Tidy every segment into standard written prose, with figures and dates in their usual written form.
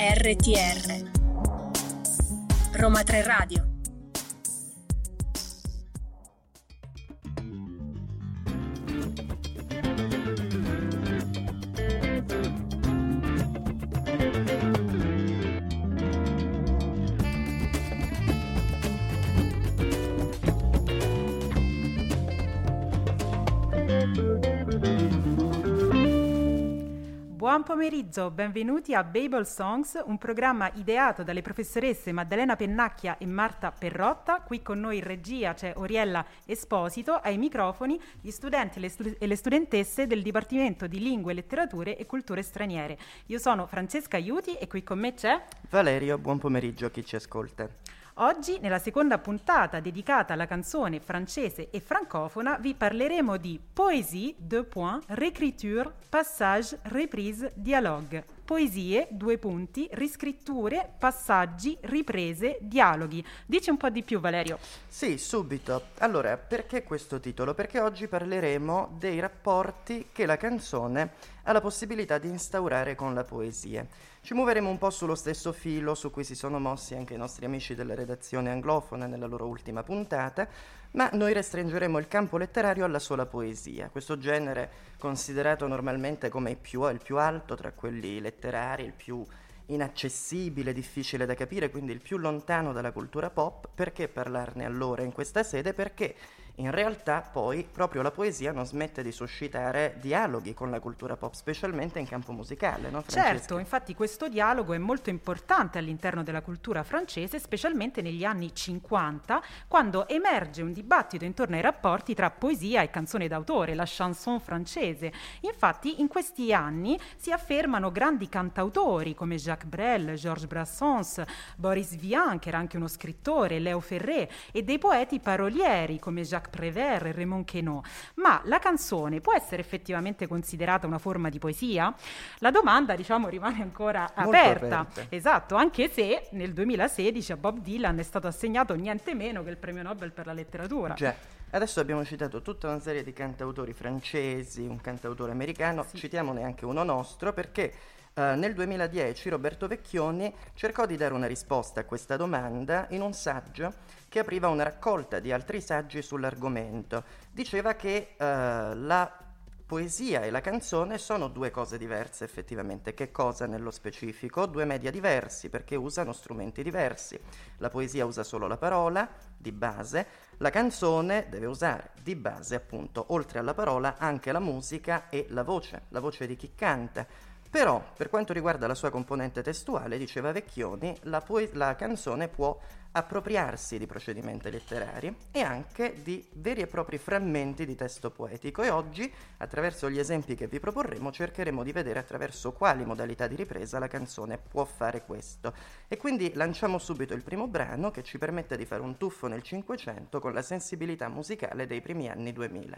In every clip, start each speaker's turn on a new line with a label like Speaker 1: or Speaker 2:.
Speaker 1: RTR Roma 3 Radio.
Speaker 2: Buon pomeriggio, benvenuti a Babel Songs, un programma ideato dalle professoresse Maddalena Pennacchia e Marta Perrotta. Qui con noi in regia c'è Oriella Esposito, ai microfoni gli studenti e le studentesse del Dipartimento di Lingue, Letterature e Culture Straniere. Io sono Francesca Aiuti e qui con me c'è
Speaker 3: Valerio. Buon pomeriggio a chi ci ascolta.
Speaker 2: Oggi, nella seconda puntata dedicata alla canzone francese e francofona, vi parleremo di poésie, réécriture, passage, reprise, dialogue. Poesie, riscritture, passaggi, riprese, dialoghi. Dici un po' di più, Valerio.
Speaker 3: Sì, subito. Allora, perché questo titolo? Perché oggi parleremo dei rapporti che la canzone ha la possibilità di instaurare con la poesia. Ci muoveremo un po' sullo stesso filo su cui si sono mossi anche i nostri amici della redazione anglofona nella loro ultima puntata, ma noi restringeremo il campo letterario alla sola poesia, questo genere considerato normalmente come il più alto tra quelli letterari, il più inaccessibile, difficile da capire, quindi il più lontano dalla cultura pop. Perché parlarne allora in questa sede? Perché in realtà poi proprio la poesia non smette di suscitare dialoghi con la cultura pop, specialmente in campo musicale, no, Francesca?
Speaker 2: Certo, infatti questo dialogo è molto importante all'interno della cultura francese, specialmente negli anni 50, quando emerge un dibattito intorno ai rapporti tra poesia e canzone d'autore, la chanson francese. Infatti in questi anni si affermano grandi cantautori come Jacques Brel, Georges Brassens, Boris Vian, che era anche uno scrittore, Léo Ferré, e dei poeti parolieri come Jacques Prévert e Raymond Queneau. Ma la canzone può essere effettivamente considerata una forma di poesia? La domanda, rimane ancora aperta. Esatto, anche se nel 2016 a Bob Dylan è stato assegnato niente meno che il premio Nobel per la letteratura.
Speaker 3: Già. Adesso abbiamo citato tutta una serie di cantautori francesi, un cantautore americano, sì. Citiamone anche uno nostro, perché nel 2010 Roberto Vecchioni cercò di dare una risposta a questa domanda in un saggio che apriva una raccolta di altri saggi sull'argomento. Diceva che la poesia e la canzone sono due cose diverse effettivamente. Che cosa nello specifico? Due media diversi, perché usano strumenti diversi. La poesia usa solo la parola di base, la canzone deve usare di base appunto, oltre alla parola, anche la musica e la voce di chi canta. Però, per quanto riguarda la sua componente testuale, diceva Vecchioni, la canzone può appropriarsi di procedimenti letterari e anche di veri e propri frammenti di testo poetico, e oggi, attraverso gli esempi che vi proporremo, cercheremo di vedere attraverso quali modalità di ripresa la canzone può fare questo. E quindi lanciamo subito il primo brano che ci permette di fare un tuffo nel Cinquecento con la sensibilità musicale dei primi anni 2000.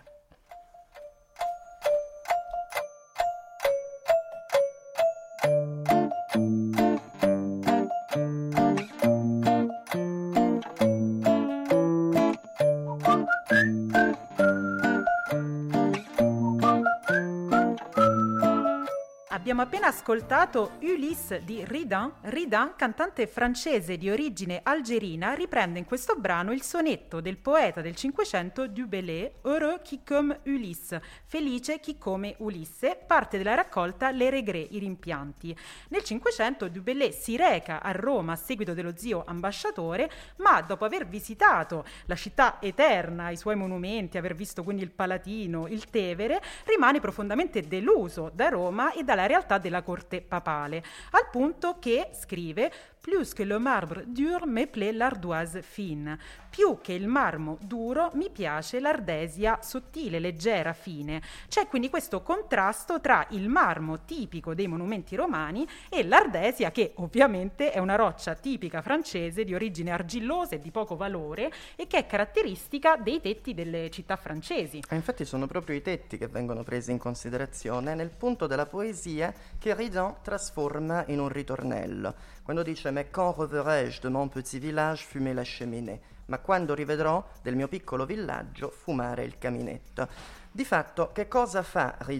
Speaker 2: Abbiamo appena ascoltato Ulysse di Ridin. Ridin, cantante francese di origine algerina, riprende in questo brano il sonetto del poeta del Cinquecento Du Bellay, Heureux qui comme Ulysse, felice chi come Ulisse, parte della raccolta Les Regrets, i rimpianti. Nel Cinquecento Du Bellay si reca a Roma a seguito dello zio ambasciatore, ma dopo aver visitato la città eterna, i suoi monumenti, aver visto quindi il Palatino, il Tevere, rimane profondamente deluso da Roma e dalla realtà della corte papale, al punto che scrive: plus que le marbre dur me plaît l'ardoise fine. Più che il marmo duro mi piace l'ardesia sottile, leggera, fine. C'è quindi questo contrasto tra il marmo tipico dei monumenti romani e l'ardesia, che ovviamente è una roccia tipica francese di origine argillosa e di poco valore e che è caratteristica dei tetti delle città francesi.
Speaker 3: Infatti sono proprio i tetti che vengono presi in considerazione nel punto della poesia che Ridin trasforma in un ritornello, quando dice «Mais quand reverrai-je de mon petit village fumer la cheminée?» ma quando rivedrò del mio piccolo villaggio fumare il caminetto. Di fatto, che cosa fa Ridin?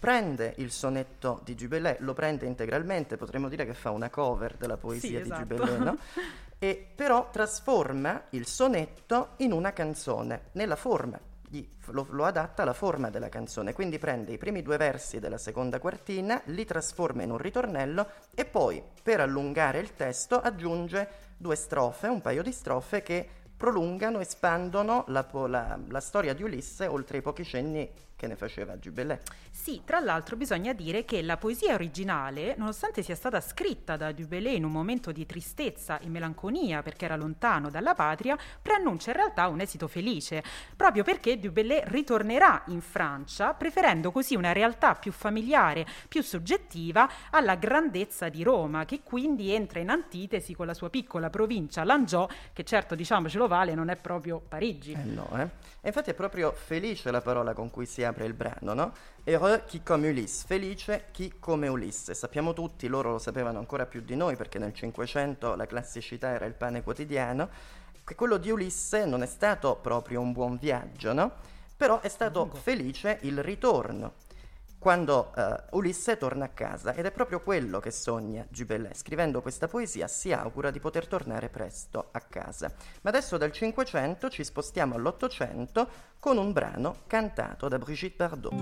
Speaker 3: prende il sonetto di Du Bellay, lo prende integralmente, potremmo dire che fa una cover della poesia di
Speaker 2: esatto.
Speaker 3: Du Bellay, no? E però trasforma il sonetto in una canzone, nella forma, lo adatta alla forma della canzone, quindi prende i primi 2 versi della seconda quartina, li trasforma in un ritornello e poi, per allungare il testo, aggiunge 2 strofe, un paio di strofe che prolungano, espandono la storia di Ulisse oltre i pochi cenni che ne faceva Du Bellay.
Speaker 2: Sì, tra l'altro bisogna dire che la poesia originale, nonostante sia stata scritta da Du Bellay in un momento di tristezza e melanconia perché era lontano dalla patria, preannuncia in realtà un esito felice, proprio perché Du Bellay ritornerà in Francia, preferendo così una realtà più familiare, più soggettiva alla grandezza di Roma, che quindi entra in antitesi con la sua piccola provincia, Langeau, che certo, diciamocelo vale, non è proprio Parigi.
Speaker 3: E infatti è proprio felice la parola con cui si apre il brano, no? Heureux qui comme Ulysse, felice chi come Ulisse. Sappiamo tutti, loro lo sapevano ancora più di noi perché nel Cinquecento la classicità era il pane quotidiano, che quello di Ulisse non è stato proprio un buon viaggio, no? Però è stato felice il ritorno, quando Ulisse torna a casa, ed è proprio quello che sogna Du Bellay. Scrivendo questa poesia si augura di poter tornare presto a casa. Ma adesso dal Cinquecento ci spostiamo all'Ottocento con un brano cantato da Brigitte Bardot.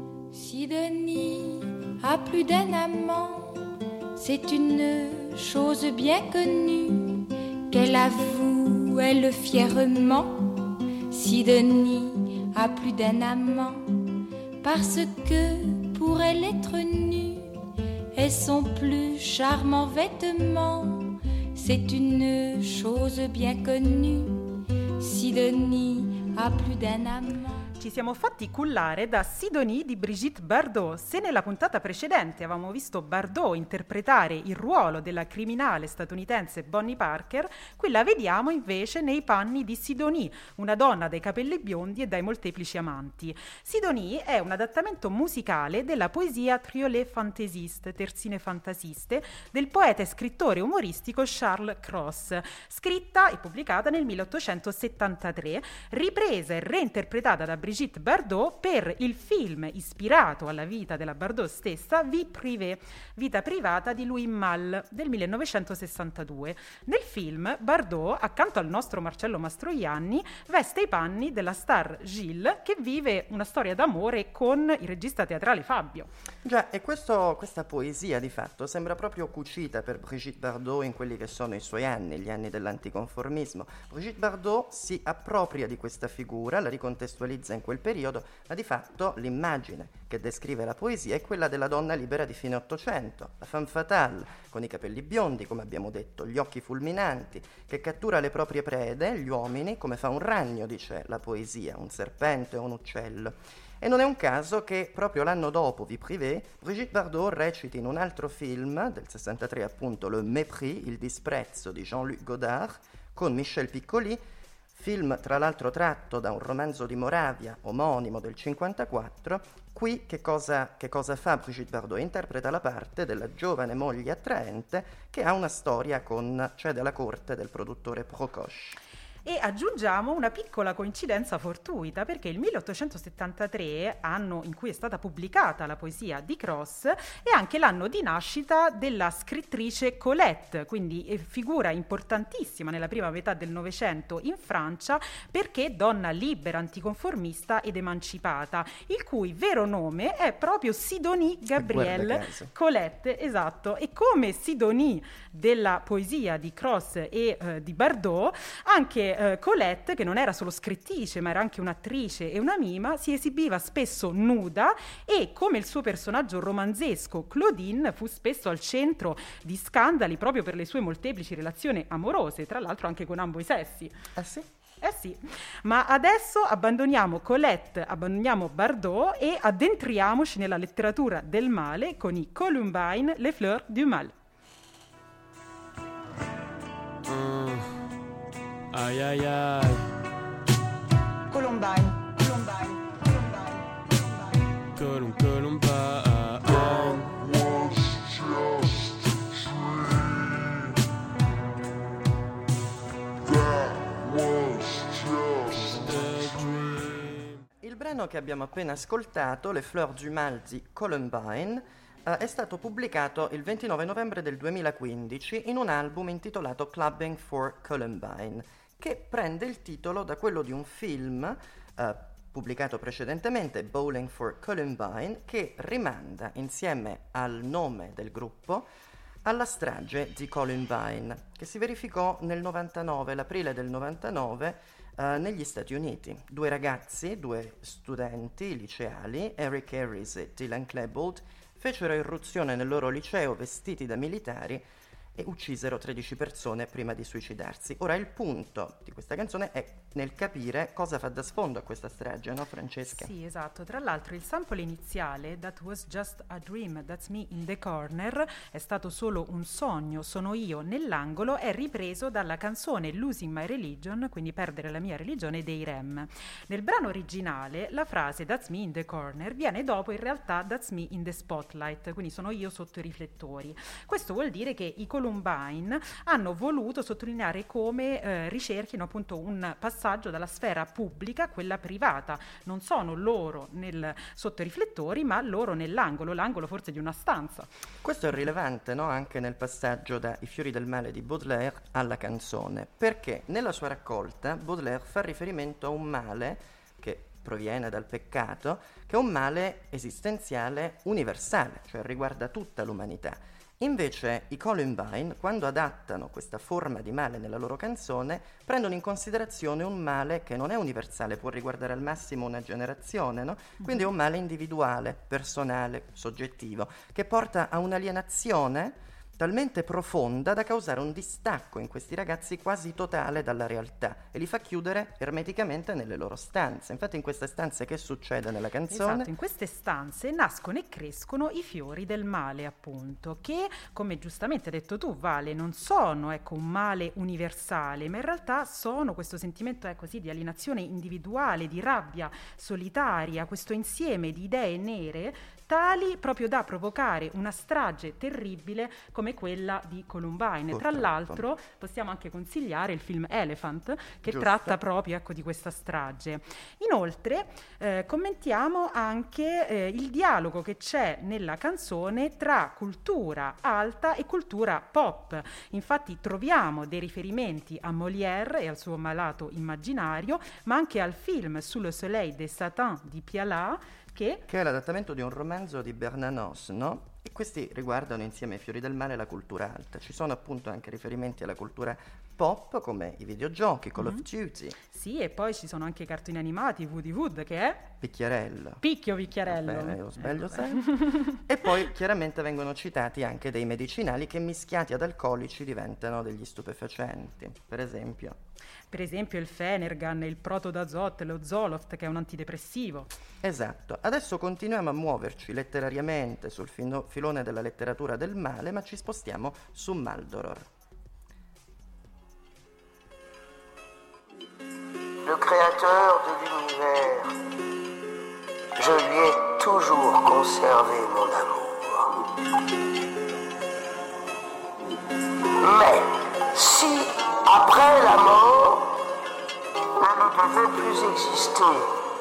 Speaker 4: Sidonie a plus d'un amant, c'est une chose bien connue qu'elle avoue, elle fièrement. Sidonie a plus d'un amant, parce que pour elle être nue est son plus charmant vêtement. C'est une chose bien connue, Sidonie a plus d'un amant.
Speaker 2: Ci siamo fatti cullare da Sidonie di Brigitte Bardot. Se nella puntata precedente avevamo visto Bardot interpretare il ruolo della criminale statunitense Bonnie Parker, qui la vediamo invece nei panni di Sidonie, una donna dai capelli biondi e dai molteplici amanti. Sidonie è un adattamento musicale della poesia Triolet fantaisiste, terzine fantasiste, del poeta e scrittore umoristico Charles Cross, scritta e pubblicata nel 1873, ripresa e reinterpretata da Brigitte Bardot per il film ispirato alla vita della Bardot stessa, Vie privée, vita privata di Louis Malle del 1962. Nel film Bardot, accanto al nostro Marcello Mastroianni, veste i panni della star Gilles che vive una storia d'amore con il regista teatrale Fabio.
Speaker 3: Già, e questa poesia di fatto sembra proprio cucita per Brigitte Bardot in quelli che sono i suoi anni, gli anni dell'anticonformismo. Brigitte Bardot si appropria di questa figura, la ricontestualizza in quel periodo, ma di fatto l'immagine che descrive la poesia è quella della donna libera di fine Ottocento, la femme fatale, con i capelli biondi, come abbiamo detto, gli occhi fulminanti, che cattura le proprie prede, gli uomini, come fa un ragno, dice la poesia, un serpente o un uccello. E non è un caso che proprio l'anno dopo Vie privée, Brigitte Bardot reciti in un altro film del 63, appunto Le Mépris, il disprezzo di Jean-Luc Godard, con Michel Piccoli, film tra l'altro tratto da un romanzo di Moravia omonimo del 54. Qui che cosa fa Brigitte Bardot? Interpreta la parte della giovane moglie attraente che ha una storia cede alla corte del produttore Prokosch.
Speaker 2: E aggiungiamo una piccola coincidenza fortuita, perché il 1873, anno in cui è stata pubblicata la poesia di Cross, è anche l'anno di nascita della scrittrice Colette, quindi figura importantissima nella prima metà del Novecento in Francia, perché donna libera, anticonformista ed emancipata, il cui vero nome è proprio Sidonie Gabrielle Colette, esatto. E come Sidonie della poesia di Cross e di Bardot, anche Colette, che non era solo scrittrice ma era anche un'attrice e una mima, si esibiva spesso nuda e, come il suo personaggio romanzesco Claudine, fu spesso al centro di scandali proprio per le sue molteplici relazioni amorose, tra l'altro anche con ambo i sessi.
Speaker 3: Ah sì?
Speaker 2: Eh sì, ma adesso abbandoniamo Colette, abbandoniamo Bardot e addentriamoci nella letteratura del male con i Columbine, Les Fleurs du Mal.
Speaker 5: Aïe aïe aïe.
Speaker 6: Columbine, Columbine, Columbine, Columbine.
Speaker 5: Columbine.
Speaker 3: Il brano che abbiamo appena ascoltato, Les Fleurs du Mal di Columbine, è stato pubblicato il 29 novembre del 2015 in un album intitolato Clubbing for Columbine, che prende il titolo da quello di un film pubblicato precedentemente, Bowling for Columbine, che rimanda insieme al nome del gruppo alla strage di Columbine, che si verificò nel 99, l'aprile del 99, negli Stati Uniti. Due ragazzi, due studenti liceali, Eric Harris e Dylan Klebold, fecero irruzione nel loro liceo vestiti da militari e uccisero 13 persone prima di suicidarsi. Ora il punto di questa canzone è nel capire cosa fa da sfondo a questa strage, no Francesca?
Speaker 2: Sì, esatto. Tra l'altro il sample iniziale, That was just a dream, that's me in the corner, è stato solo un sogno, sono io nell'angolo, è ripreso dalla canzone Losing My Religion, quindi perdere la mia religione, dei Rem. Nel brano originale la frase That's me in the corner viene dopo in realtà That's me in the spotlight, quindi sono io sotto i riflettori. Questo vuol dire che i Columbine hanno voluto sottolineare come ricerchino appunto un passaggio dalla sfera pubblica a quella privata. Non sono loro sotto i riflettori, ma loro nell'angolo, l'angolo forse di una stanza.
Speaker 3: Questo è rilevante, no? Anche nel passaggio da I fiori del male di Baudelaire alla canzone, perché nella sua raccolta Baudelaire fa riferimento a un male che proviene dal peccato, che è un male esistenziale universale, cioè riguarda tutta l'umanità. Invece i Columbine, quando adattano questa forma di male nella loro canzone, prendono in considerazione un male che non è universale, può riguardare al massimo una generazione, no? Quindi è un male individuale, personale, soggettivo, che porta a un'alienazione talmente profonda da causare un distacco in questi ragazzi quasi totale dalla realtà e li fa chiudere ermeticamente nelle loro stanze. Infatti in queste stanze che succede nella canzone?
Speaker 2: Esatto, in queste stanze nascono e crescono i fiori del male, appunto, che, come giustamente hai detto tu, Vale, non sono un male universale, ma in realtà sono questo sentimento di alienazione individuale, di rabbia solitaria, questo insieme di idee nere tali proprio da provocare una strage terribile come quella di Columbine. Tra l'altro possiamo anche consigliare il film Elephant, che tratta proprio di questa strage. Inoltre commentiamo anche il dialogo che c'è nella canzone tra cultura alta e cultura pop. Infatti troviamo dei riferimenti a Molière e al suo malato immaginario, ma anche al film Sous le soleil des satins di Pialat, che
Speaker 3: è l'adattamento di un romanzo di Bernanos, no? E questi riguardano insieme ai fiori del male la cultura alta. Ci sono appunto anche riferimenti alla cultura pop, come i videogiochi, Call of Duty.
Speaker 2: Sì, e poi ci sono anche i cartoni animati, Woody Wood, che è
Speaker 3: Picchiarello.
Speaker 2: Picchiarello.
Speaker 3: Bene, io sbaglio sempre. E poi chiaramente vengono citati anche dei medicinali che mischiati ad alcolici diventano degli stupefacenti. Per esempio
Speaker 2: il Phenergan, il Protodazot, lo Zoloft, che è un antidepressivo.
Speaker 3: Esatto. Adesso continuiamo a muoverci letterariamente sul filone della letteratura del male, ma ci spostiamo su Maldoror.
Speaker 7: Le créateur de l'univers, je lui ai toujours conservé mon amour. Mais si, après la mort, elle ne devait plus exister,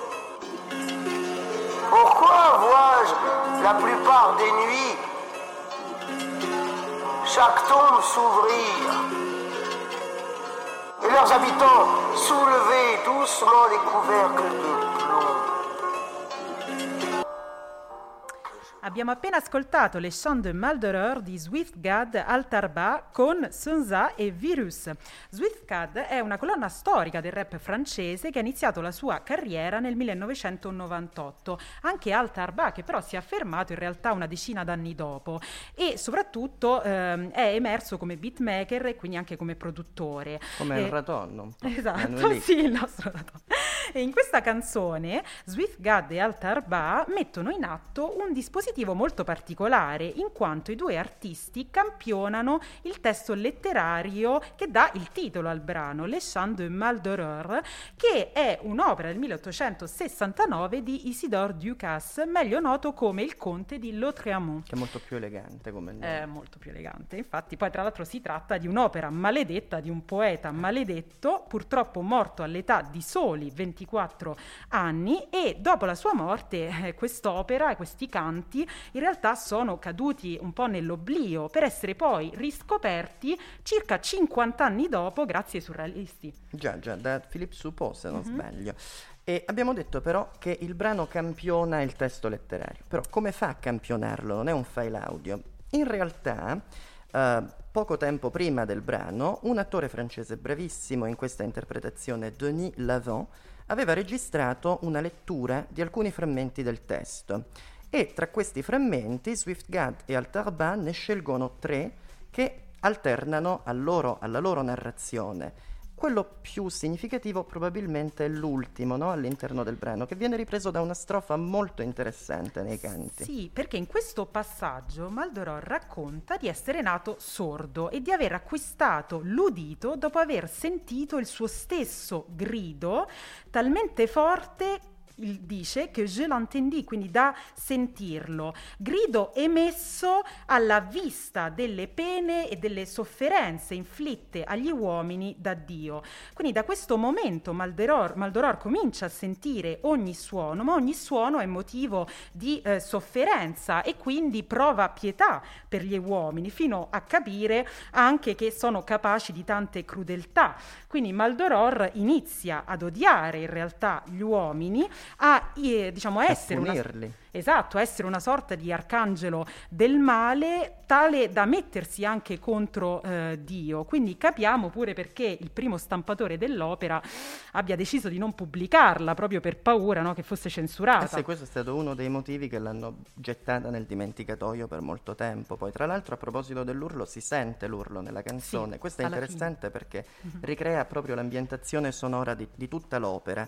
Speaker 7: pourquoi vois-je la plupart des nuits chaque tombe s'ouvrir et leurs habitants soulever doucement les couvercles de plomb?
Speaker 2: Abbiamo appena ascoltato Les Chants de Maldoror di Zwifgad Al-Tarba con Sunza e Virus. Zwifgad è una colonna storica del rap francese che ha iniziato la sua carriera nel 1998. Anche Al-Tarba, che però si è affermato in realtà una decina d'anni dopo, e soprattutto è emerso come beatmaker e quindi anche come produttore.
Speaker 3: Come il Raton.
Speaker 2: Esatto, sì, il nostro Raton. E in questa canzone Zwifgad e Al-Tarba mettono in atto un dispositivo molto particolare, in quanto i due artisti campionano il testo letterario che dà il titolo al brano, Les Chants de Maldoror, che è un'opera del 1869 di Isidore Ducasse, meglio noto come il Conte di Lautréamont.
Speaker 3: Che è molto più elegante come nome.
Speaker 2: È molto più elegante, infatti. Poi tra l'altro si tratta di un'opera maledetta, di un poeta maledetto, purtroppo morto all'età di soli 24 24 anni, e dopo la sua morte quest'opera e questi canti in realtà sono caduti un po' nell'oblio per essere poi riscoperti circa 50 anni dopo grazie ai surrealisti.
Speaker 3: Già, da Philippe Soupault, se non sbaglio. E abbiamo detto però che il brano campiona il testo letterario. Però come fa a campionarlo? Non è un file audio. In realtà, poco tempo prima del brano, un attore francese bravissimo in questa interpretazione, Denis Lavant, aveva registrato una lettura di alcuni frammenti del testo. E tra questi frammenti Swift-Gad e Altarban ne scelgono 3 che alternano alla loro narrazione. Quello più significativo probabilmente è l'ultimo, no? All'interno del brano, che viene ripreso da una strofa molto interessante nei canti.
Speaker 2: Sì, perché in questo passaggio Maldoror racconta di essere nato sordo e di aver acquistato l'udito dopo aver sentito il suo stesso grido talmente forte, dice che je l'entendis, quindi da sentirlo, grido emesso alla vista delle pene e delle sofferenze inflitte agli uomini da Dio. Quindi da questo momento Maldoror comincia a sentire ogni suono, ma ogni suono è motivo di sofferenza, e quindi prova pietà per gli uomini, fino a capire anche che sono capaci di tante crudeltà. Quindi Maldoror inizia ad odiare in realtà gli uomini, a essere essere una sorta di arcangelo del male, tale da mettersi anche contro Dio. Quindi capiamo pure perché il primo stampatore dell'opera abbia deciso di non pubblicarla, proprio per paura, no, che fosse censurata.
Speaker 3: Sì, questo è stato uno dei motivi che l'hanno gettata nel dimenticatoio per molto tempo. Poi tra l'altro, a proposito dell'urlo, si sente l'urlo nella canzone.
Speaker 2: Sì,
Speaker 3: questo è interessante perché ricrea proprio l'ambientazione sonora di tutta l'opera.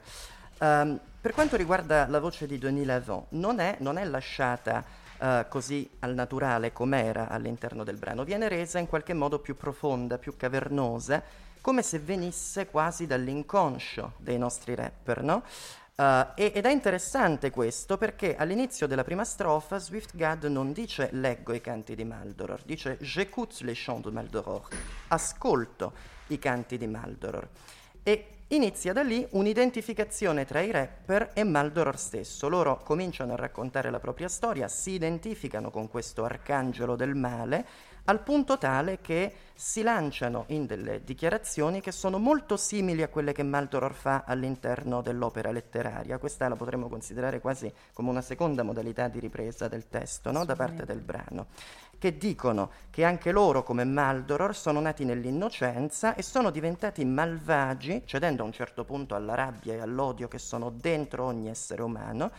Speaker 3: Per quanto riguarda la voce di Denis Lavant, non è lasciata così al naturale com'era all'interno del brano, viene resa in qualche modo più profonda, più cavernosa, come se venisse quasi dall'inconscio dei nostri rapper, no? Ed è interessante questo perché all'inizio della prima strofa Swift-Gad non dice leggo i canti di Maldoror, dice j'écoute les chants de Maldoror, ascolto i canti di Maldoror. E inizia da lì un'identificazione tra i rapper e Maldoror stesso. Loro cominciano a raccontare la propria storia, si identificano con questo arcangelo del male, al punto tale che si lanciano in delle dichiarazioni che sono molto simili a quelle che Maldoror fa all'interno dell'opera letteraria. Questa la potremmo considerare quasi come una seconda modalità di ripresa del testo, no? Da parte del brano, che dicono che anche loro, come Maldoror, sono nati nell'innocenza e sono diventati malvagi, cedendo a un certo punto alla rabbia e all'odio che sono dentro ogni essere umano,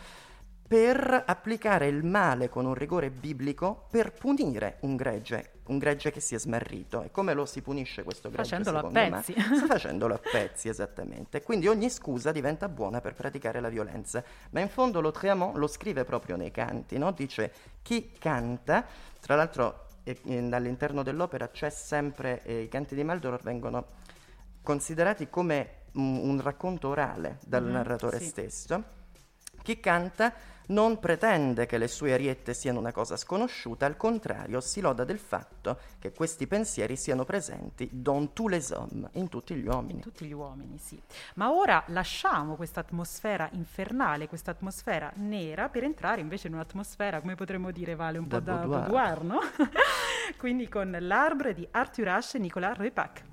Speaker 3: per applicare il male con un rigore biblico per punire un gregge che si è smarrito. E come lo si punisce questo gregge?
Speaker 2: Facendolo a pezzi.
Speaker 3: Facendolo a pezzi, esattamente. Quindi ogni scusa diventa buona per praticare la violenza. Ma in fondo Lautréamont lo scrive proprio nei canti, no? Dice chi canta, tra l'altro all'interno dell'opera c'è sempre, i canti di Maldoror vengono considerati come un racconto orale dal narratore stesso. Chi canta non pretende che le sue ariette siano una cosa sconosciuta, al contrario si loda del fatto che questi pensieri siano presenti dans tous les hommes, in tutti gli uomini.
Speaker 2: In tutti gli uomini, sì. Ma ora lasciamo questa atmosfera infernale, questa atmosfera nera, per entrare invece in un'atmosfera, come potremmo dire, Vale, un po' da boudoir, no? Quindi con L'Arbre di Arthur Ashe e Nicolas Repac.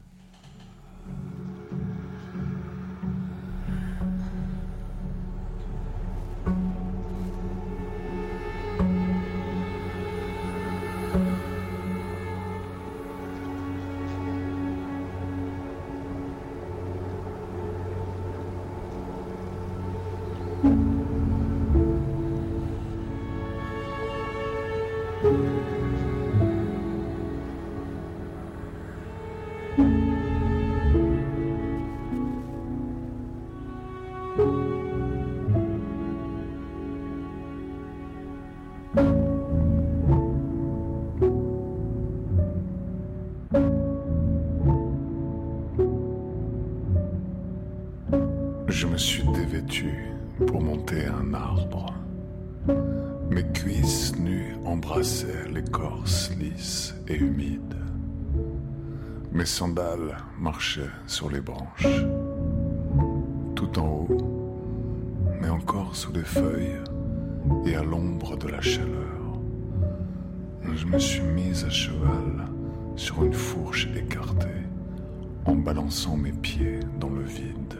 Speaker 8: Je me suis dévêtu pour monter un arbre. Mes cuisses nues embrassaient l'écorce lisse et humide. Mes sandales marchaient sur les branches. Tout en haut, mais encore sous des feuilles et à l'ombre de la chaleur. Je me suis mise à cheval sur une fourche écartée, en balançant mes pieds dans le vide.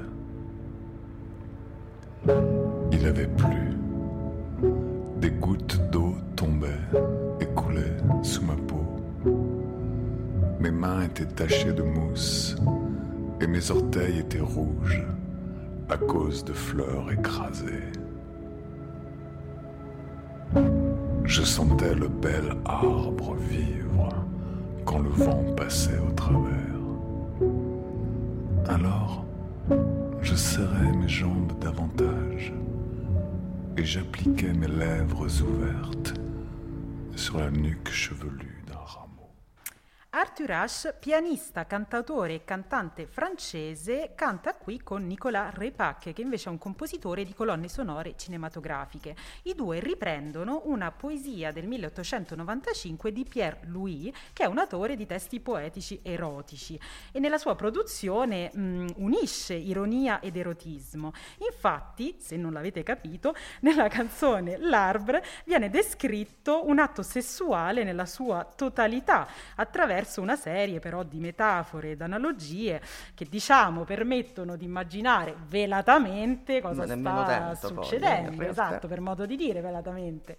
Speaker 8: Il avait plu. Des gouttes d'eau tombaient et coulaient sous ma peau. Mes mains étaient tachées de mousse et mes orteils étaient rouges à cause de fleurs écrasées. Je sentais le bel arbre vivre quand le vent passait au travers. Alors, je serrais mes jambes davantage et j'appliquais mes lèvres ouvertes sur la nuque chevelue d'un rameau.
Speaker 2: Arthur Ashe, pianista, cantautore e cantante francese, canta qui con Nicolas Repac, che invece è un compositore di colonne sonore cinematografiche. I due riprendono una poesia del 1895 di Pierre Louis, che è un autore di testi poetici erotici, e nella sua produzione unisce ironia ed erotismo. Infatti, se non l'avete capito, nella canzone L'Arbre viene descritto un atto sessuale nella sua totalità, attraverso una serie però di metafore ed analogie che permettono di immaginare velatamente cosa sta succedendo, poi, esatto, per modo di dire, velatamente.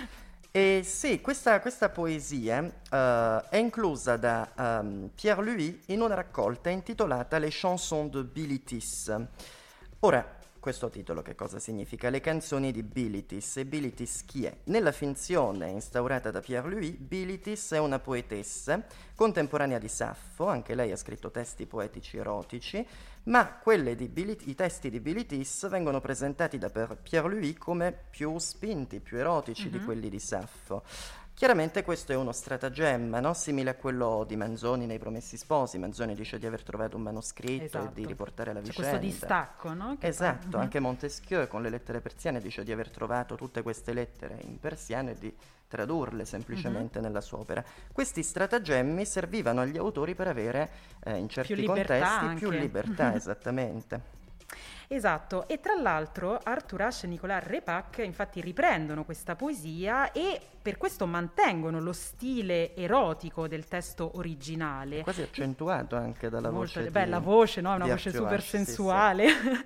Speaker 3: E sì, questa poesia è inclusa da Pierre Louis in una raccolta intitolata Les chansons de Bilitis. Ora, questo titolo che cosa significa? Le canzoni di Bilitis. E Bilitis chi è? Nella finzione instaurata da Pierre Louis, Bilitis è una poetessa contemporanea di Saffo, anche lei ha scritto testi poetici erotici, ma i testi di Bilitis vengono presentati da Pierre Louis come più spinti, più erotici di quelli di Saffo. Chiaramente questo è uno stratagemma, no? Simile a quello di Manzoni nei Promessi Sposi. Manzoni dice di aver trovato un manoscritto e di riportare la vicenda.
Speaker 2: Questo distacco, no?
Speaker 3: Esatto, anche Montesquieu con le lettere persiane dice di aver trovato tutte queste lettere in persiano e di tradurle semplicemente nella sua opera. Questi stratagemmi servivano agli autori per avere in certi contesti più libertà, esattamente.
Speaker 2: Esatto, e tra l'altro Arthur Ashe e Nicolas Repac infatti riprendono questa poesia e per questo mantengono lo stile erotico del testo originale.
Speaker 3: Quasi accentuato anche dalla voce.
Speaker 2: Molto bella voce, no? È una voce super sensuale. Sì.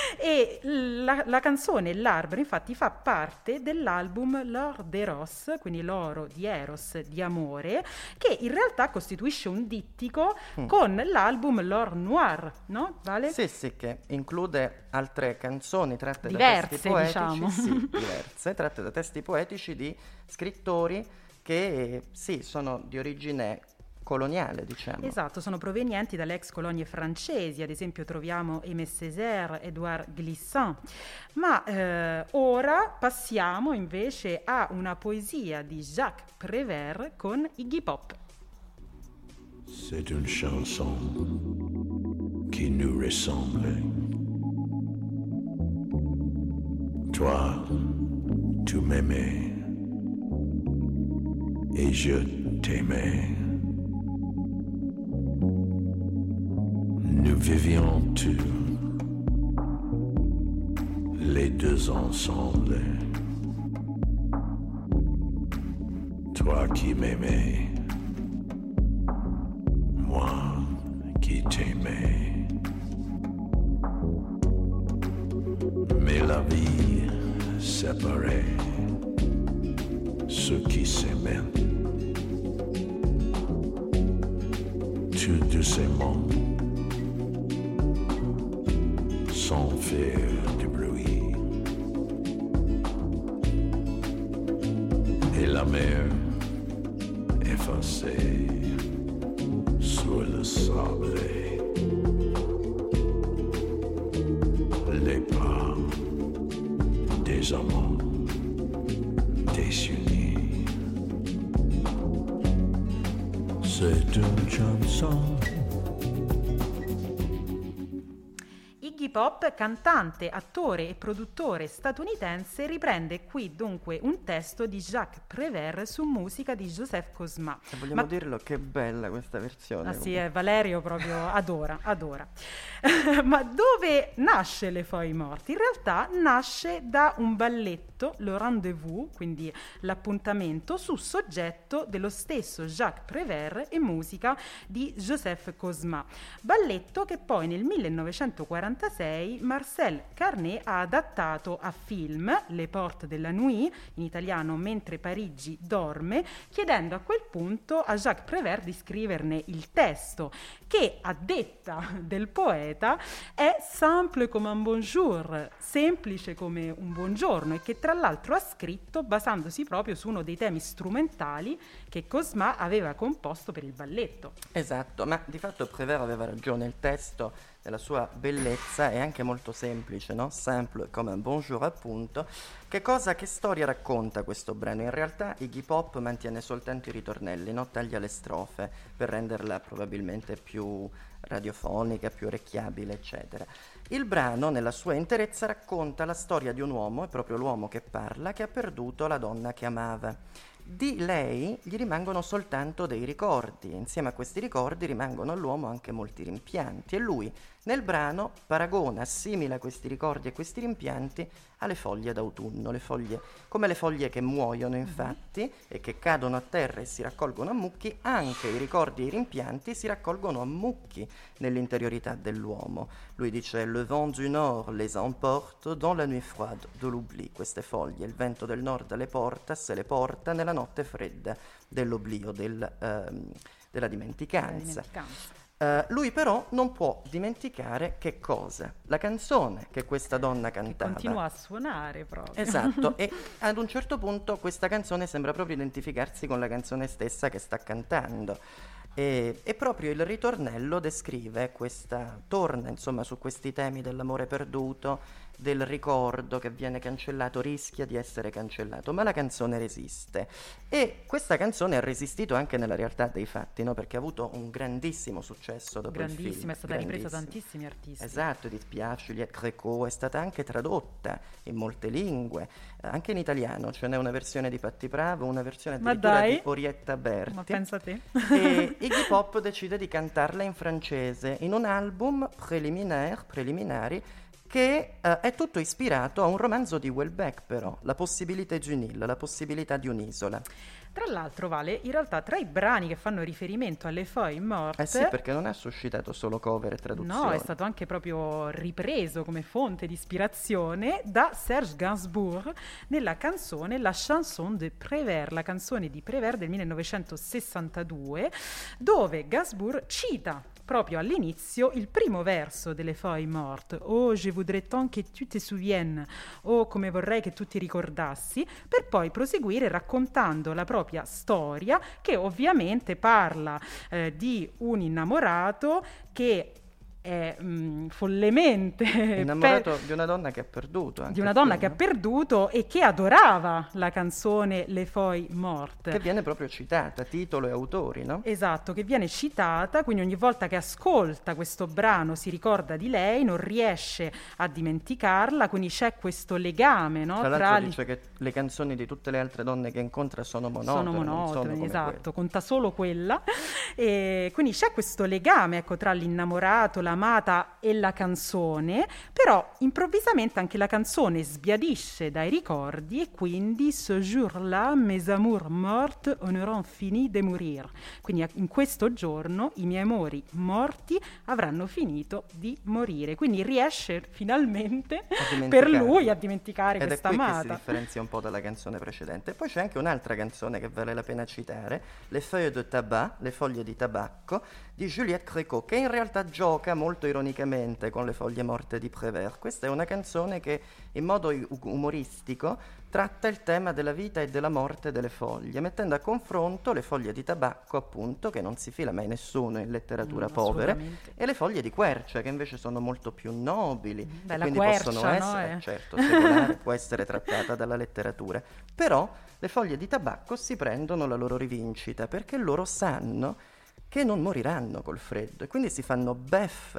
Speaker 2: E la canzone L'Arbre infatti fa parte dell'album L'Or d'Eros, quindi l'oro di Eros, di amore, che in realtà costituisce un dittico con l'album L'Or Noir, no? Vale?
Speaker 3: Sì, che include altre canzoni tratte
Speaker 2: diverse,
Speaker 3: da testi poetici,
Speaker 2: diciamo.
Speaker 3: Sì, diverse, tratte da testi poetici di scrittori che sì, sono di origine coloniale, diciamo.
Speaker 2: Esatto, sono provenienti dalle ex colonie francesi, ad esempio troviamo Aimé Césaire, Édouard Glissant, ma ora passiamo invece a una poesia di Jacques Prévert con Iggy Pop.
Speaker 9: C'est une chanson qui nous ressemble. Toi, tu m'aimais et je t'aimais. Nous vivions tous les deux ensemble. Toi qui m'aimais, moi qui t'aimais. Mais la vie séparait ceux qui s'aimaient. Tout doucement, sans faire du bruit. Et la mer effacée sur le sable. Les pas des amants désunis. C'est une chanson.
Speaker 2: Iggy Pop, cantante, attore e produttore statunitense, riprende qui dunque un testo di Jacques Prévert su musica di Joseph Cosma.
Speaker 3: Se vogliamo dirlo, che bella questa versione.
Speaker 2: Ah sì, Valerio proprio adora. Ma dove nasce Le Feuilles Mortes? In realtà nasce da un balletto, Le Rendez-vous, quindi l'appuntamento, su soggetto dello stesso Jacques Prévert e musica di Joseph Cosma. Balletto che poi nel 1946 Marcel Carné ha adattato a film, Les Portes de la Nuit, in italiano Mentre Parigi dorme, chiedendo a quel punto a Jacques Prévert di scriverne il testo, che a detta del poeta è simple come un bonjour, semplice come un buongiorno, e che tra l'altro ha scritto basandosi proprio su uno dei temi strumentali che Cosma aveva composto per il balletto.
Speaker 3: Esatto, ma di fatto Prévert aveva ragione, il testo nella sua bellezza è anche molto semplice, no? Simple come un bonjour, appunto. Che storia racconta questo brano? In realtà Iggy Pop mantiene soltanto i ritornelli, no? Taglia le strofe per renderla probabilmente più radiofonica, più orecchiabile, eccetera. Il brano nella sua interezza racconta la storia di un uomo, è proprio l'uomo che parla, che ha perduto la donna che amava. Di lei gli rimangono soltanto dei ricordi, e insieme a questi ricordi rimangono all'uomo anche molti rimpianti, e lui nel brano paragona, assimila questi ricordi e questi rimpianti alle foglie d'autunno, come le foglie che muoiono infatti e che cadono a terra e si raccolgono a mucchi, anche i ricordi e i rimpianti si raccolgono a mucchi nell'interiorità dell'uomo. Lui dice: Le vent du nord les emporte dans la nuit froide de l'oubli. Queste foglie il vento del nord le porta, se le porta nella notte fredda dell'oblio, della dimenticanza. Lui però non può dimenticare che cosa? La canzone che questa donna cantava.
Speaker 2: Che continua a suonare proprio.
Speaker 3: Esatto, e ad un certo punto questa canzone sembra proprio identificarsi con la canzone stessa che sta cantando. E proprio il ritornello descrive torna insomma su questi temi dell'amore perduto, del ricordo che viene cancellato, rischia di essere cancellato, ma la canzone resiste. E questa canzone ha resistito anche nella realtà dei fatti, no? Perché ha avuto un grandissimo successo dopo il film.
Speaker 2: Grandissima, è stata ripresa da tantissimi artisti.
Speaker 3: Esatto, Edith Piaf, Juliette Gréco, è stata anche tradotta in molte lingue, anche in italiano, ce n'è una versione di Patti Bravo, una versione addirittura di Orietta Berti.
Speaker 2: Ma pensa te.
Speaker 3: E Iggy Pop decide di cantarla in francese in un album preliminari, che è tutto ispirato a un romanzo di Houellebecq, però, La possibilité d'une île, la possibilità di un'isola.
Speaker 2: Tra l'altro, Vale, in realtà tra i brani che fanno riferimento alle Feuilles Mortes...
Speaker 3: sì, perché non ha suscitato solo cover e traduzioni.
Speaker 2: No, è stato anche proprio ripreso come fonte di ispirazione da Serge Gainsbourg nella canzone La chanson de Prévert, la canzone di Prévert del 1962, dove Gainsbourg cita proprio all'inizio il primo verso delle Feuilles Mortes: Oh, je voudrais tant que tu te souviennes, oh, come vorrei che tu ti ricordassi, per poi proseguire raccontando la propria storia, che ovviamente parla di un innamorato che è follemente
Speaker 3: innamorato di una donna che ha perduto,
Speaker 2: di una donna che ha perduto e che adorava la canzone Le Feuilles Mortes,
Speaker 3: che viene proprio citata, titolo e autori, no?
Speaker 2: Esatto, che viene citata, quindi ogni volta che ascolta questo brano si ricorda di lei, non riesce a dimenticarla, quindi c'è questo legame, no?
Speaker 3: Tra l'altro dice che le canzoni di tutte le altre donne che incontra sono monotone, non sono
Speaker 2: esatto,
Speaker 3: quelle.
Speaker 2: Conta solo quella, e quindi c'è questo legame, ecco, tra l'innamorato, l'amata e la canzone, però improvvisamente anche la canzone sbiadisce dai ricordi e quindi ce jour-là mes amours mortes auront fini de mourir, quindi in questo giorno i miei amori morti avranno finito di morire, quindi riesce finalmente per lui a dimenticare questa amata.
Speaker 3: Ed è qui che si differenzia un po' dalla canzone precedente. Poi c'è anche un'altra canzone che vale la pena citare, Les Feuilles de Tabac, le foglie di tabacco, di Juliette Gréco, che in realtà gioca molto ironicamente con le foglie morte di Prévert. Questa è una canzone che in modo umoristico tratta il tema della vita e della morte delle foglie, mettendo a confronto le foglie di tabacco, appunto, che non si fila mai nessuno in letteratura povere, e le foglie di quercia, che invece sono molto più nobili.
Speaker 2: Beh,
Speaker 3: e
Speaker 2: la
Speaker 3: quindi
Speaker 2: quercia,
Speaker 3: possono essere,
Speaker 2: no?
Speaker 3: certo, secolare, può essere trattata dalla letteratura. Però le foglie di tabacco si prendono la loro rivincita, perché loro sanno che non moriranno col freddo e quindi si fanno beffe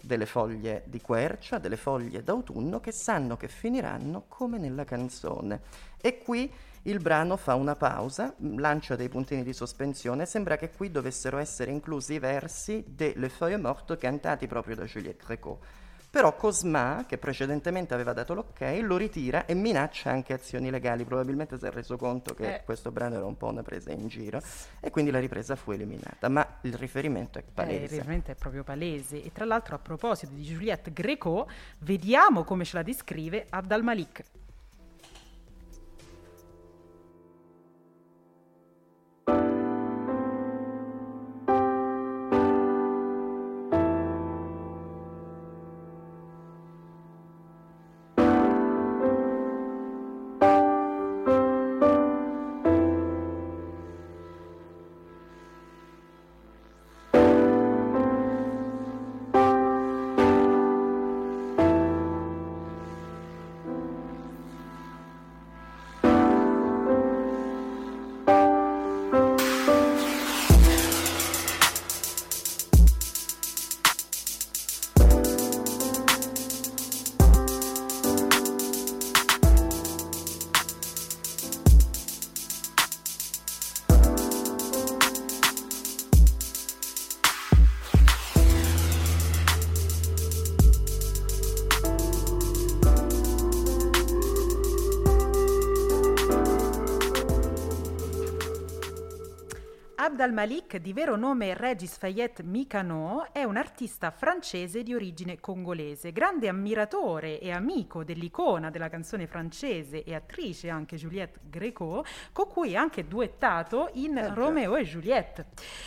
Speaker 3: delle foglie di quercia, delle foglie d'autunno che sanno che finiranno come nella canzone. E qui il brano fa una pausa, lancia dei puntini di sospensione, sembra che qui dovessero essere inclusi i versi de Le Feuilles Mortes cantati proprio da Juliette Gréco. Però Cosma, che precedentemente aveva dato l'ok, lo ritira e minaccia anche azioni legali. Probabilmente si è reso conto che questo brano era un po' una presa in giro e quindi la ripresa fu eliminata. Ma il riferimento è palese.
Speaker 2: Il riferimento è proprio palese. E tra l'altro, a proposito di Juliette Gréco, vediamo come ce la descrive Abd al-Malik. Abd al-Malik, di vero nome Regis Fayette Mikano, è un artista francese di origine congolese, grande ammiratore e amico dell'icona della canzone francese e attrice anche Juliette Gréco, con cui ha anche duettato in Romeo e Juliette.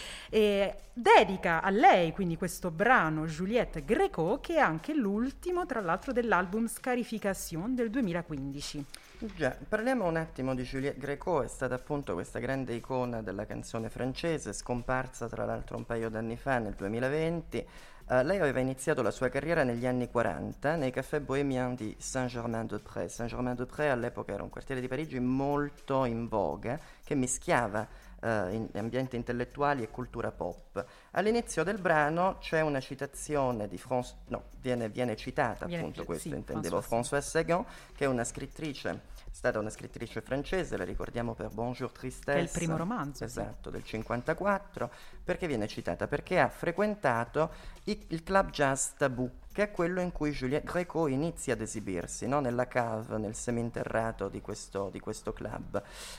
Speaker 2: E dedica a lei quindi questo brano Juliette Gréco, che è anche l'ultimo tra l'altro dell'album Scarification del 2015.
Speaker 3: Già, parliamo un attimo di Juliette Gréco. È stata appunto questa grande icona della canzone francese, scomparsa tra l'altro un paio d'anni fa, nel 2020. Lei aveva iniziato la sua carriera negli anni 40 nei caffè bohémiens di Saint-Germain-des-Prés. Saint-Germain-des-Prés all'epoca era un quartiere di Parigi molto in voga, che mischiava in ambienti intellettuali e cultura pop. All'inizio del brano c'è una citazione di viene citata appunto questo, sì, intendevo, Françoise Sagan, che è una scrittrice, stata una scrittrice francese, la ricordiamo per Bonjour Tristesse,
Speaker 2: che è il primo romanzo,
Speaker 3: esatto, del 54. Perché viene citata? Perché ha frequentato il club jazz Tabou, che è quello in cui Juliette Gréco inizia ad esibirsi, no? Nella cave, nel seminterrato di questo club.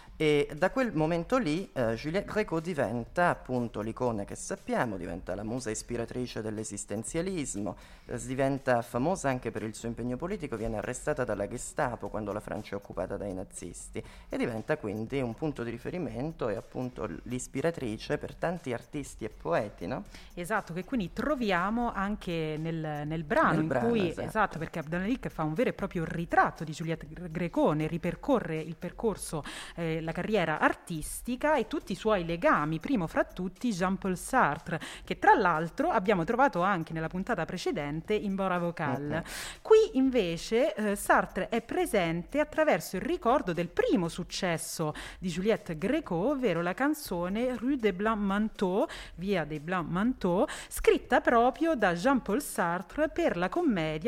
Speaker 3: E da quel momento lì Juliette Gréco diventa appunto l'icona che sappiamo, diventa la musa ispiratrice dell'esistenzialismo, diventa famosa anche per il suo impegno politico, viene arrestata dalla Gestapo quando la Francia è occupata dai nazisti e diventa quindi un punto di riferimento e appunto l'ispiratrice per tanti artisti e poeti, no?
Speaker 2: Esatto, che quindi troviamo anche nel brano in cui, esatto, perché Abd al-Malik fa un vero e proprio ritratto di Juliette Gréco, ne ripercorre il percorso, la carriera artistica e tutti i suoi legami, primo fra tutti Jean-Paul Sartre, che tra l'altro abbiamo trovato anche nella puntata precedente in Bora Vocal. Qui invece Sartre è presente attraverso il ricordo del primo successo di Juliette Gréco, ovvero la canzone Rue des Blancs-Manteaux, via dei Blancs-Manteaux, scritta proprio da Jean-Paul Sartre per la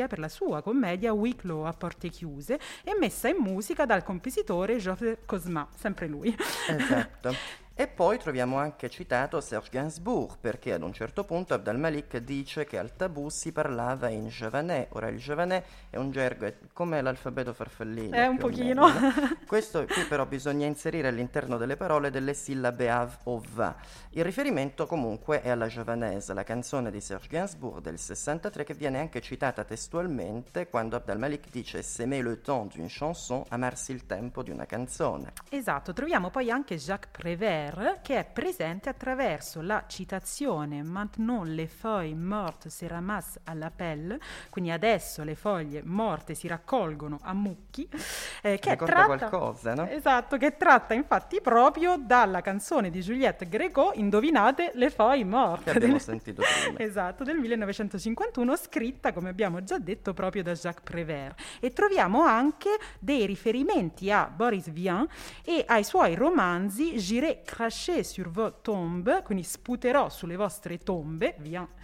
Speaker 2: sua commedia Huis clos, a porte chiuse, e messa in musica dal compositore Georges Cosma, sempre lui.
Speaker 3: Esatto. E poi troviamo anche citato Serge Gainsbourg, perché ad un certo punto Abd al-Malik dice che al Tabù si parlava in javanais. Ora il javanais è un gergo, è come l'alfabeto farfallino.
Speaker 2: È un pochino.
Speaker 3: Questo qui però bisogna inserire all'interno delle parole delle sillabe av o va. Il riferimento comunque è alla javanaise, la canzone di Serge Gainsbourg del 63, che viene anche citata testualmente quando Abd al-Malik dice «S'aimer le temps d'une chanson», amarsi il tempo di una canzone.
Speaker 2: Esatto, troviamo poi anche Jacques Prévert, che è presente attraverso la citazione «Maintenant les feuilles mortes se ramassent à la pelle», quindi adesso le foglie morte si raccolgono a mucchi, che è tratta
Speaker 3: qualcosa, no?
Speaker 2: Esatto, che tratta infatti proprio dalla canzone di Juliette Gréco, indovinate, Le feuilles mortes,
Speaker 3: che abbiamo sentito prima.
Speaker 2: Esatto, del 1951, scritta, come abbiamo già detto, proprio da Jacques Prévert. E troviamo anche dei riferimenti a Boris Vian e ai suoi romanzi J'irai cracher sur vos tombes, quindi sputerò sulle vostre tombe, Vian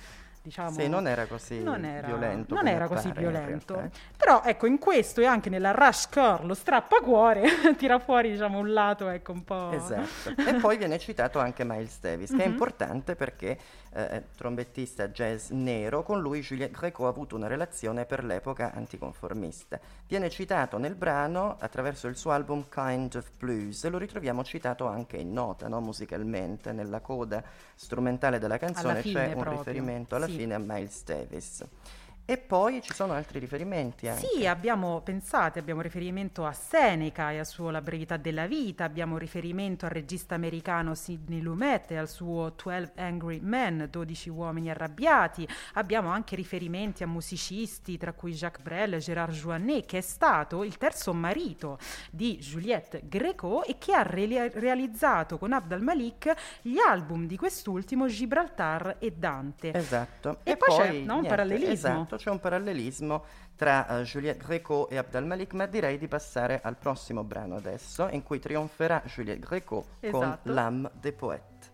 Speaker 2: diciamo...
Speaker 3: Sì, non era così violento.
Speaker 2: Non era così violento. Però ecco, in questo e anche nella Rush Core, lo strappacuore, tira fuori, diciamo, un lato, ecco, un po'...
Speaker 3: Esatto. E poi viene citato anche Miles Davis, che è importante perché trombettista jazz nero, con lui Juliette Gréco ha avuto una relazione per l'epoca anticonformista. Viene citato nel brano attraverso il suo album Kind of Blues, e lo ritroviamo citato anche in nota, no? Musicalmente, nella coda strumentale della canzone c'è un riferimento alla fine a Miles Davis. E poi ci sono altri riferimenti anche.
Speaker 2: Sì, abbiamo riferimento a Seneca e al suo La brevità della vita, abbiamo riferimento al regista americano Sidney Lumet e al suo 12 Angry Men, 12 uomini arrabbiati, abbiamo anche riferimenti a musicisti, tra cui Jacques Brel, Gérard Joannet, che è stato il terzo marito di Juliette Gréco e che ha realizzato con Abd al-Malik gli album di quest'ultimo, Gibraltar e Dante.
Speaker 3: Esatto.
Speaker 2: E poi c'è un parallelismo.
Speaker 3: Esatto. C'è un parallelismo tra Juliette Gréco e Abd al-Malik, ma direi di passare al prossimo brano adesso, in cui trionferà Juliette Gréco con L'âme des poètes.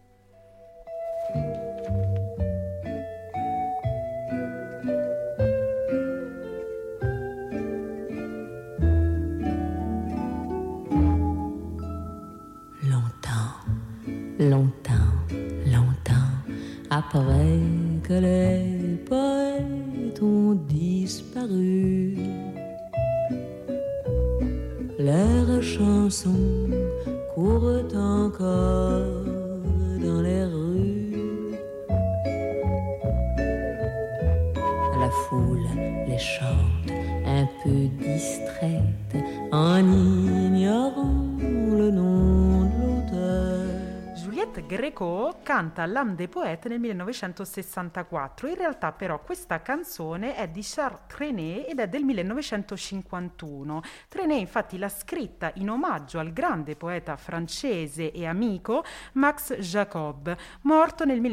Speaker 10: Longtemps, après que les poètes ont disparu, leurs chansons courent encore dans les rues. La foule les chante un peu distraite en ignorant le nom de l'auteur.
Speaker 2: Juliette Gréco canta L'âme des poètes nel 1964. In realtà però questa canzone è di Charles Trenet ed è del 1951. Trenet infatti l'ha scritta in omaggio al grande poeta francese e amico Max Jacob, morto nel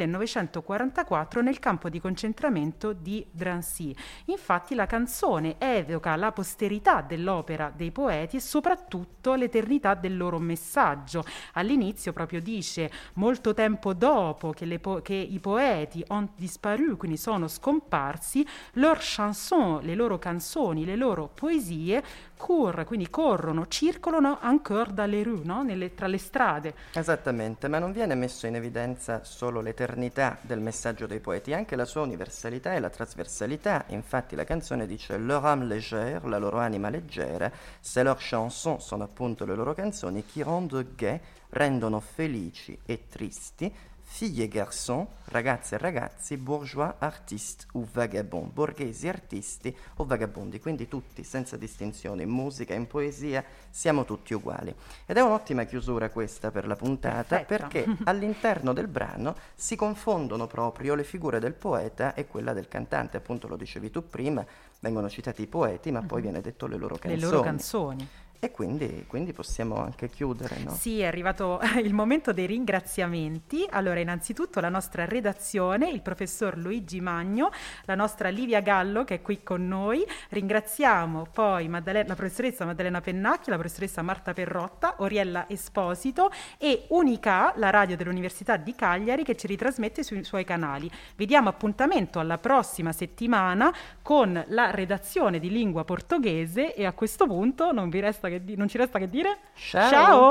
Speaker 2: 1944 nel campo di concentramento di Drancy. Infatti la canzone evoca la posterità dell'opera dei poeti e soprattutto l'eternità del loro messaggio. All'inizio proprio dice: molto tempo dopo che i poeti ont disparu, quindi sono scomparsi, leurs chansons, le loro canzoni, le loro poesie, quindi corrono, circolano encore dans les rues, no? Tra le strade.
Speaker 3: Esattamente, ma non viene messo in evidenza solo l'eternità del messaggio dei poeti, anche la sua universalità e la trasversalità. Infatti la canzone dice leur âme légère, la loro anima leggera, c'est leurs chansons, sono appunto le loro canzoni, qui rendent gai, rendono felici e tristi, filles et garçons, ragazze e ragazzi, bourgeois, artistes ou vagabonds, borghesi, artisti o vagabondi, quindi tutti senza distinzione, in musica, in poesia, siamo tutti uguali. Ed è un'ottima chiusura questa per la puntata, perché all'interno del brano si confondono proprio le figure del poeta e quella del cantante, appunto lo dicevi tu prima, vengono citati i poeti, ma poi viene detto le loro canzoni.
Speaker 2: Le loro canzoni.
Speaker 3: E quindi possiamo anche chiudere, no?
Speaker 2: Sì, è arrivato il momento dei ringraziamenti. Allora, innanzitutto la nostra redazione, il professor Luigi Magno, la nostra Livia Gallo che è qui con noi. Ringraziamo poi la professoressa Maddalena Pennacchi, la professoressa Marta Perrotta, Oriella Esposito e Unica, la radio dell'Università di Cagliari, che ci ritrasmette sui suoi canali. Vi diamo appuntamento alla prossima settimana con la redazione di lingua portoghese e a questo punto non ci resta che dire ciao!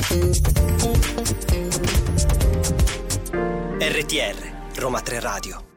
Speaker 1: RTR, Roma 3 Radio.